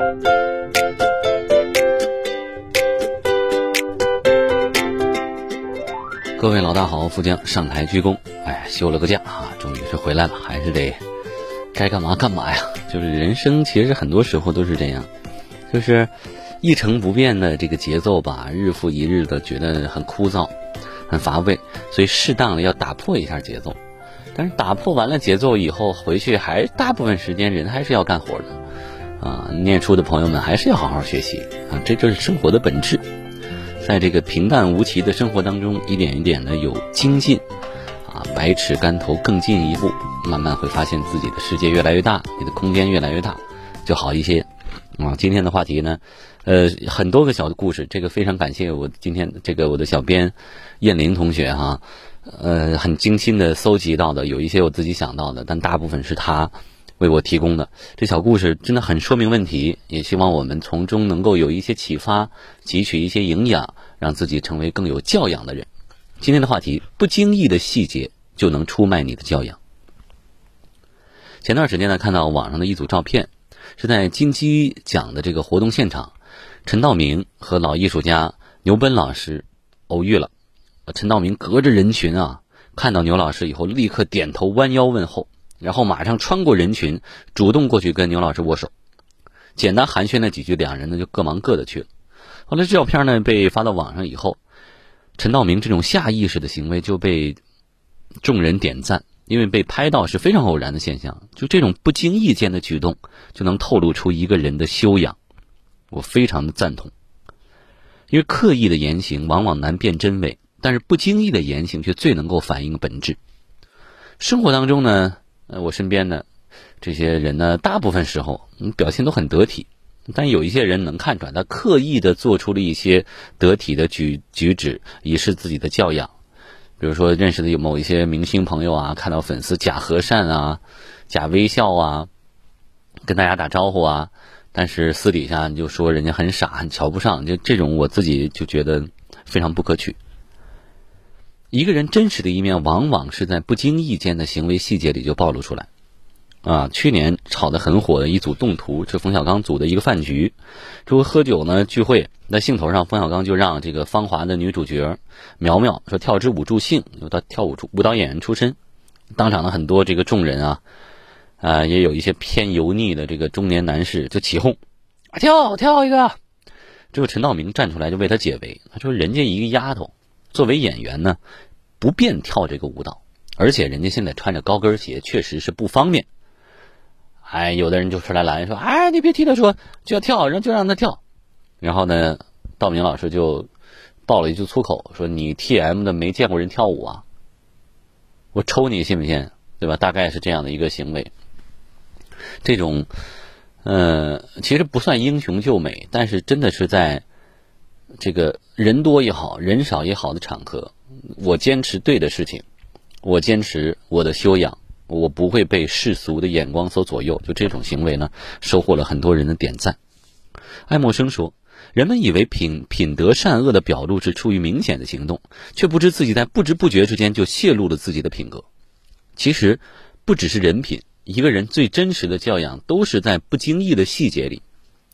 各位老大好，富江上台鞠躬。休了个假啊，终于是回来了，还是得该干嘛干嘛呀。就是人生其实很多时候都是这样，就是一成不变的这个节奏吧，日复一日的觉得很枯燥很乏味，所以适当的要打破一下节奏。但是打破完了节奏以后，回去还大部分时间人还是要干活的啊。念书的朋友们还是要好好学习啊，这就是生活的本质。在这个平淡无奇的生活当中，一点一点的有精进啊，百尺竿头更进一步，慢慢会发现自己的世界越来越大，你的空间越来越大，就好一些啊。今天的话题呢，很多个小的故事，这个非常感谢我今天这个我的小编燕玲同学哈，很精心的搜集到的，有一些我自己想到的，但大部分是他为我提供的。这小故事真的很说明问题，也希望我们从中能够有一些启发，汲取一些营养，让自己成为更有教养的人。今天的话题，不经意的细节就能出卖你的教养。前段时间呢，看到网上的一组照片，是在金鸡奖的这个活动现场，陈道明和老艺术家牛奔老师偶遇了。陈道明隔着人群啊，看到牛老师以后立刻点头弯腰问候，然后马上穿过人群，主动过去跟牛老师握手，简单寒暄了几句，两人呢就各忙各的去了。后来这照片呢被发到网上以后，陈道明这种下意识的行为就被众人点赞，因为被拍到是非常偶然的现象，就这种不经意间的举动就能透露出一个人的修养，我非常的赞同。因为刻意的言行往往难辨真伪，但是不经意的言行却最能够反映本质。生活当中呢，我身边的这些人呢，大部分时候表现都很得体，但有一些人能看出来，他刻意的做出了一些得体的举止，以示自己的教养。比如说认识的有某一些明星朋友啊，看到粉丝假和善啊，假微笑啊，跟大家打招呼啊，但是私底下你就说人家很傻很瞧不上，就这种我自己就觉得非常不可取。一个人真实的一面往往是在不经意间的行为细节里就暴露出来啊。去年炒得很火的一组动图是冯小刚组的一个饭局，这回喝酒呢聚会，在兴头上冯小刚就让这个芳华的女主角苗苗说跳支舞助兴，有他跳舞蹈演员出身，当场的很多这个众人也有一些偏油腻的这个中年男士就起哄跳一个。之后陈道明站出来就为他解围，他说人家一个丫头作为演员呢不便跳这个舞蹈，而且人家现在穿着高跟鞋确实是不方便。有的人就出来拦说你别替他说，就要跳就让他跳。然后呢道明老师就爆了一句粗口，说你 TM 的没见过人跳舞啊，我抽你信不信，对吧？大概是这样的一个行为。这种其实不算英雄救美，但是真的是在这个人多也好人少也好的场合，我坚持对的事情，我坚持我的修养，我不会被世俗的眼光所左右，就这种行为呢收获了很多人的点赞。爱默生说，人们以为品德善恶的表露是出于明显的行动，却不知自己在不知不觉之间就泄露了自己的品格。其实不只是人品，一个人最真实的教养都是在不经意的细节里。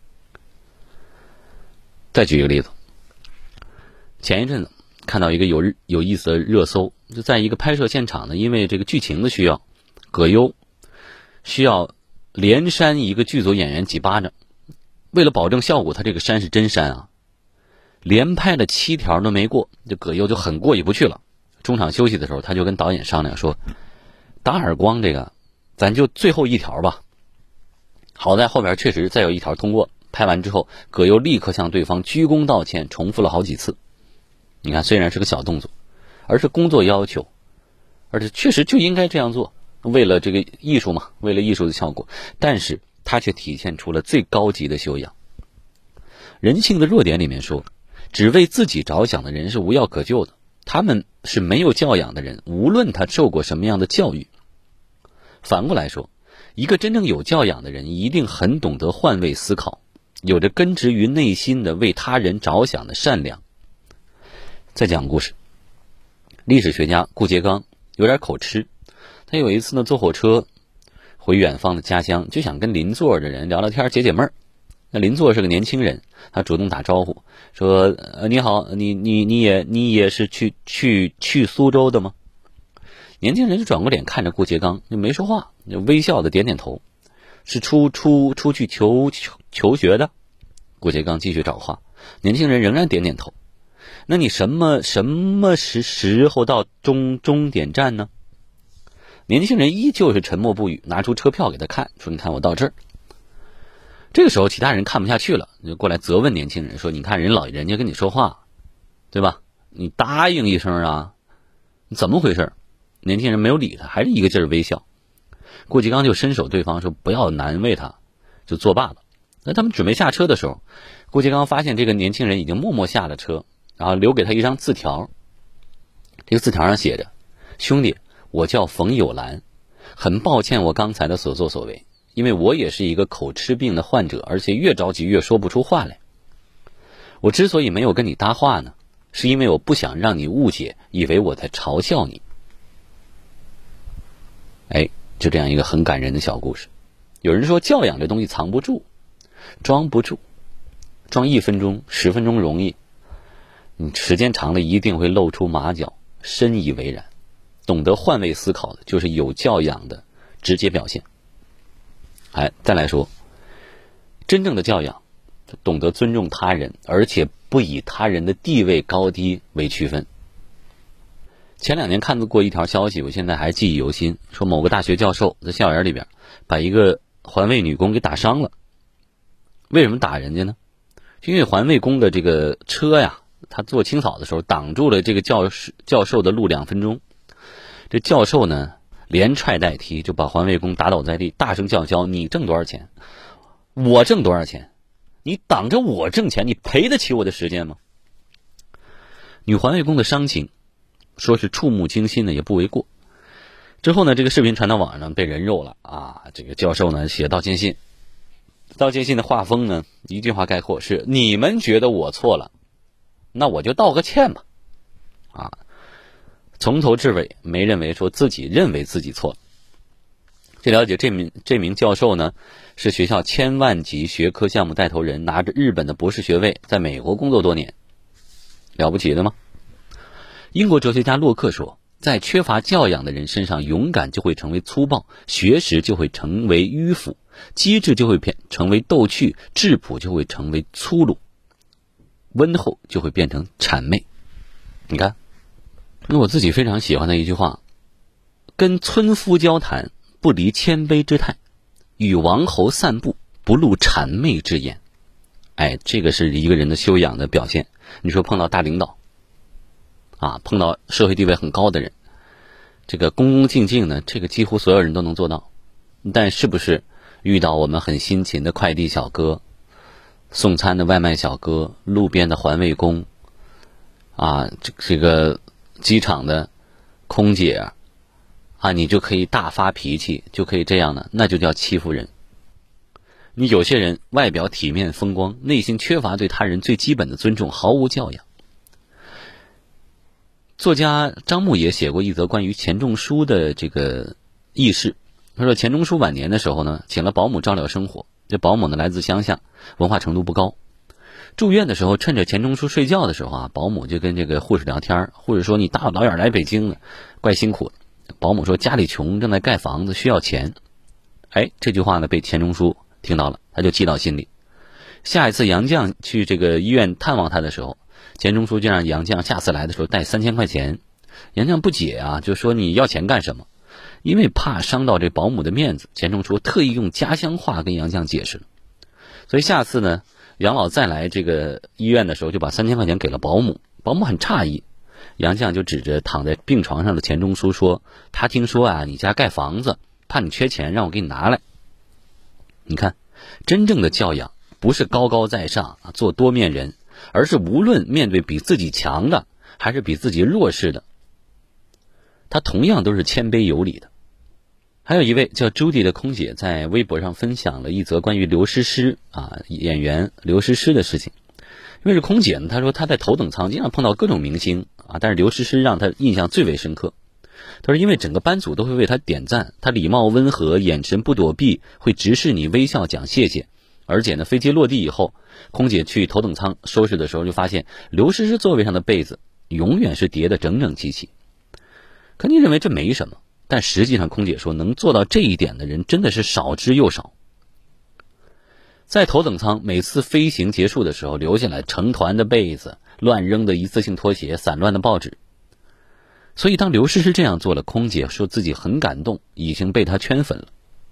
再举一个例子，前一阵子看到一个有意思的热搜，就在一个拍摄现场呢，因为这个剧情的需要，葛优需要连扇一个剧组演员几巴掌，为了保证效果，他这个扇是真扇啊，连拍了7条都没过，这葛优就很过意不去了。中场休息的时候，他就跟导演商量说，打耳光这个咱就最后1条吧。好在后边确实再有1条通过，拍完之后葛优立刻向对方鞠躬道歉，重复了好几次。你看，虽然是个小动作，而是工作要求，而且确实就应该这样做，为了这个艺术嘛，为了艺术的效果，但是它却体现出了最高级的修养。人性的弱点里面说，只为自己着想的人是无药可救的，他们是没有教养的人，无论他受过什么样的教育。反过来说，一个真正有教养的人一定很懂得换位思考，有着根植于内心的为他人着想的善良。再讲故事，历史学家顾颉刚有点口吃，他有一次呢坐火车回远方的家乡，就想跟邻座的人聊聊天解解闷儿。 那邻座是个年轻人，他主动打招呼说：“你好，你也是去苏州的吗？”年轻人就转过脸看着顾颉刚，就没说话，就微笑的点点头。是出去求学的？顾颉刚继续找话，年轻人仍然点点头。那你什么时候到终点站呢？年轻人依旧是沉默不语，拿出车票给他看，说：“你看我到这儿。”这个时候其他人看不下去了，就过来责问年轻人说：“你看人家跟你说话，对吧？你答应一声啊，你怎么回事？”年轻人没有理他，还是一个劲儿微笑。顾颉刚就伸手对方说：“不要难为他，就作罢了。”那他们准备下车的时候，顾颉刚发现这个年轻人已经默默下了车，然后留给他一张字条。这个字条上写着：“兄弟，我叫冯友兰，很抱歉我刚才的所作所为，因为我也是一个口吃病的患者，而且越着急越说不出话来。我之所以没有跟你搭话呢，是因为我不想让你误解，以为我在嘲笑你。”就这样一个很感人的小故事。有人说教养这东西藏不住，装不住，装1分钟10分钟容易，你时间长了一定会露出马脚，深以为然。懂得换位思考的就是有教养的直接表现。再来说真正的教养，懂得尊重他人，而且不以他人的地位高低为区分。前2年看到过一条消息，我现在还记忆犹新，说某个大学教授在校园里边把一个环卫女工给打伤了。为什么打人家呢？因为环卫工的这个车呀，他做清扫的时候挡住了这个教授的路2分钟。这教授呢连踹带踢，就把环卫工打倒在地，大声叫嚣：“你挣多少钱？我挣多少钱？你挡着我挣钱，你赔得起我的时间吗？”女环卫工的伤情说是触目惊心的也不为过。之后呢，这个视频传到网上被人肉了啊！这个教授呢写道歉信，道歉信的画风呢一句话概括是：你们觉得我错了，那我就道个歉吧。从头至尾没认为说自己认为自己错了。据了解，这名教授呢是学校千万级学科项目带头人，拿着日本的博士学位，在美国工作多年，了不起的吗？英国哲学家洛克说，在缺乏教养的人身上，勇敢就会成为粗暴，学识就会成为迂腐，机智就会成为逗趣，质朴就会成为粗鲁，温厚就会变成谄媚。你看，那我自己非常喜欢的一句话：跟村夫交谈，不离谦卑之态；与王侯散步，不露谄媚之言。这个是一个人的修养的表现。你说碰到大领导碰到社会地位很高的人，这个恭恭敬敬呢，这个几乎所有人都能做到。但是不是遇到我们很辛勤的快递小哥、送餐的外卖小哥、路边的环卫工这个机场的空姐你就可以大发脾气，就可以这样呢？那就叫欺负人。你有些人外表体面风光，内心缺乏对他人最基本的尊重，毫无教养。作家张牧野写过一则关于钱钟书的这个轶事。他说，钱钟书晚年的时候呢，请了保姆照料生活。这保姆呢来自乡下，文化程度不高。住院的时候，趁着钱钟书睡觉的时候保姆就跟这个护士聊天。护士说：“你大老远来北京了，怪辛苦的。”保姆说：“家里穷，正在盖房子，需要钱。”这句话呢被钱钟书听到了，他就记到心里。下一次杨绛去这个医院探望他的时候，钱钟书就让杨绛下次来的时候带3000块钱。杨绛不解就说：“你要钱干什么？”因为怕伤到这保姆的面子，钱钟书特意用家乡话跟杨绛解释了。所以下次呢，杨老再来这个医院的时候，就把3000块钱给了保姆。保姆很诧异，杨绛就指着躺在病床上的钱钟书说：“他听说你家盖房子，怕你缺钱，让我给你拿来。”你看，真正的教养不是高高在上做多面人，而是无论面对比自己强的还是比自己弱势的，他同样都是谦卑有礼的。还有一位叫朱迪的空姐在微博上分享了一则关于刘诗诗演员刘诗诗的事情。因为是空姐呢，她说她在头等舱经常碰到各种明星但是刘诗诗让她印象最为深刻。她说因为整个班组都会为她点赞，她礼貌温和，眼神不躲避，会直视你微笑讲谢谢， 而且呢，飞机落地以后，空姐去头等舱收拾的时候，就发现刘诗诗座位上的被子永远是叠得整整齐齐。可你认为这没什么，但实际上空姐说，能做到这一点的人真的是少之又少。在头等舱，每次飞行结束的时候，留下来成团的被子、乱扔的一次性拖鞋、散乱的报纸。所以当刘诗诗这样做了，空姐说自己很感动，已经被她圈粉了。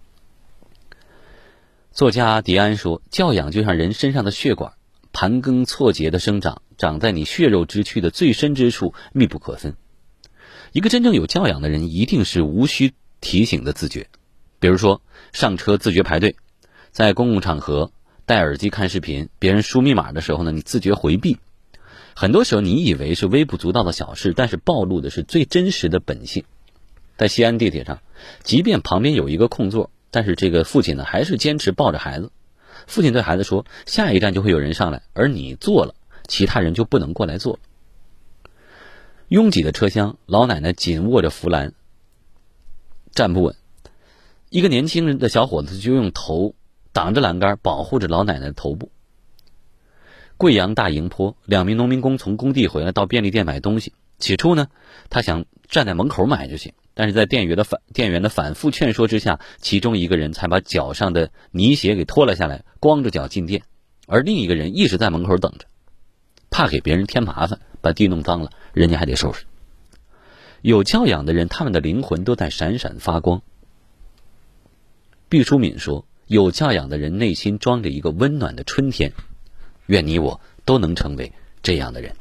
作家迪安说，教养就像人身上的血管，盘根错节的生长，长在你血肉之躯的最深之处，密不可分。一个真正有教养的人，一定是无需提醒的自觉。比如说，上车自觉排队，在公共场合戴耳机看视频，别人输密码的时候呢，你自觉回避。很多时候你以为是微不足道的小事，但是暴露的是最真实的本性。在西安地铁上，即便旁边有一个空座，但是这个父亲呢，还是坚持抱着孩子。父亲对孩子说，下一站就会有人上来，而你坐了，其他人就不能过来坐了。拥挤的车厢，老奶奶紧握着扶栏，站不稳。一个年轻人的小伙子就用头挡着栏杆，保护着老奶奶的头部。贵阳大营坡，2名农民工从工地回来到便利店买东西。起初呢，他想站在门口买就行，但是在店员的反复劝说之下，其中一个人才把脚上的泥鞋给脱了下来，光着脚进店，而另一个人一直在门口等着，怕给别人添麻烦，把地弄脏了，人家还得收拾。有教养的人，他们的灵魂都在闪闪发光。毕淑敏说，有教养的人内心装着一个温暖的春天，愿你我都能成为这样的人。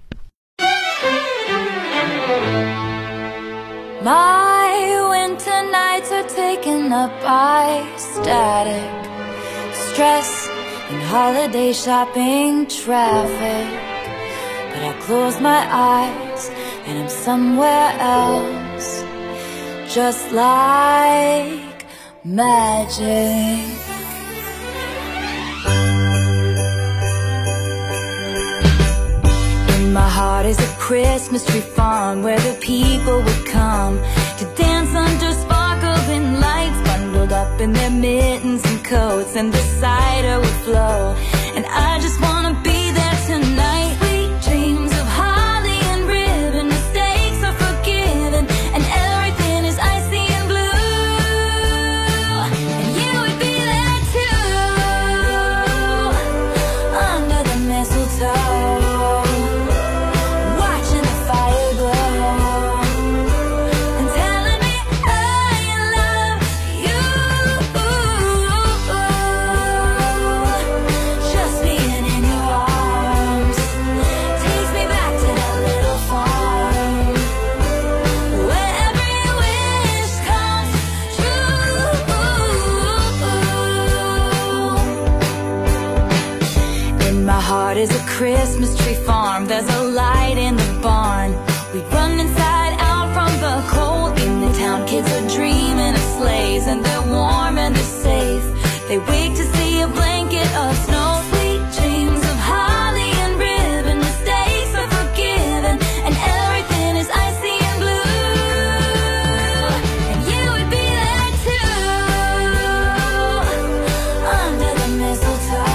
My winter nights are taken up by static, stress and holiday shopping traffic. But I close my eyes and I'm somewhere else, just like magic. My heart is a Christmas tree farm where the people would come to dance under sparkling lights, bundled up in their mittens and coats, and the cider would flow. And I just wanna be there tonight. Sweet dreams of holly and ribbon, mistakes are forgiven, and everything is icy and blue. And you would be there too, under the mistletoe. Is a Christmas tree farm, there's a light in the barn. We run inside out from the cold. In the town, kids are dreaming of sleighs, and they're warm and they're safe. They wake to see a blanket of snow. Sweet dreams of holly and ribbon, mistakes are forgiven, and everything is icy and blue. And you would be there too, under the mistletoe.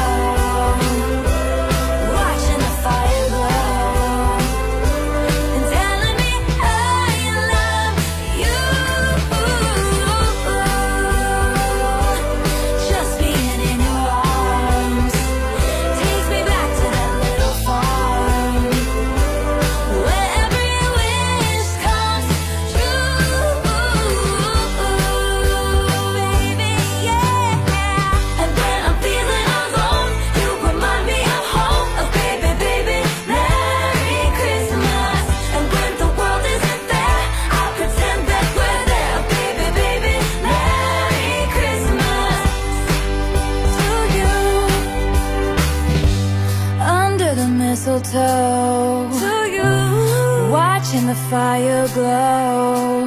Mistletoe to you, watching the fire glow.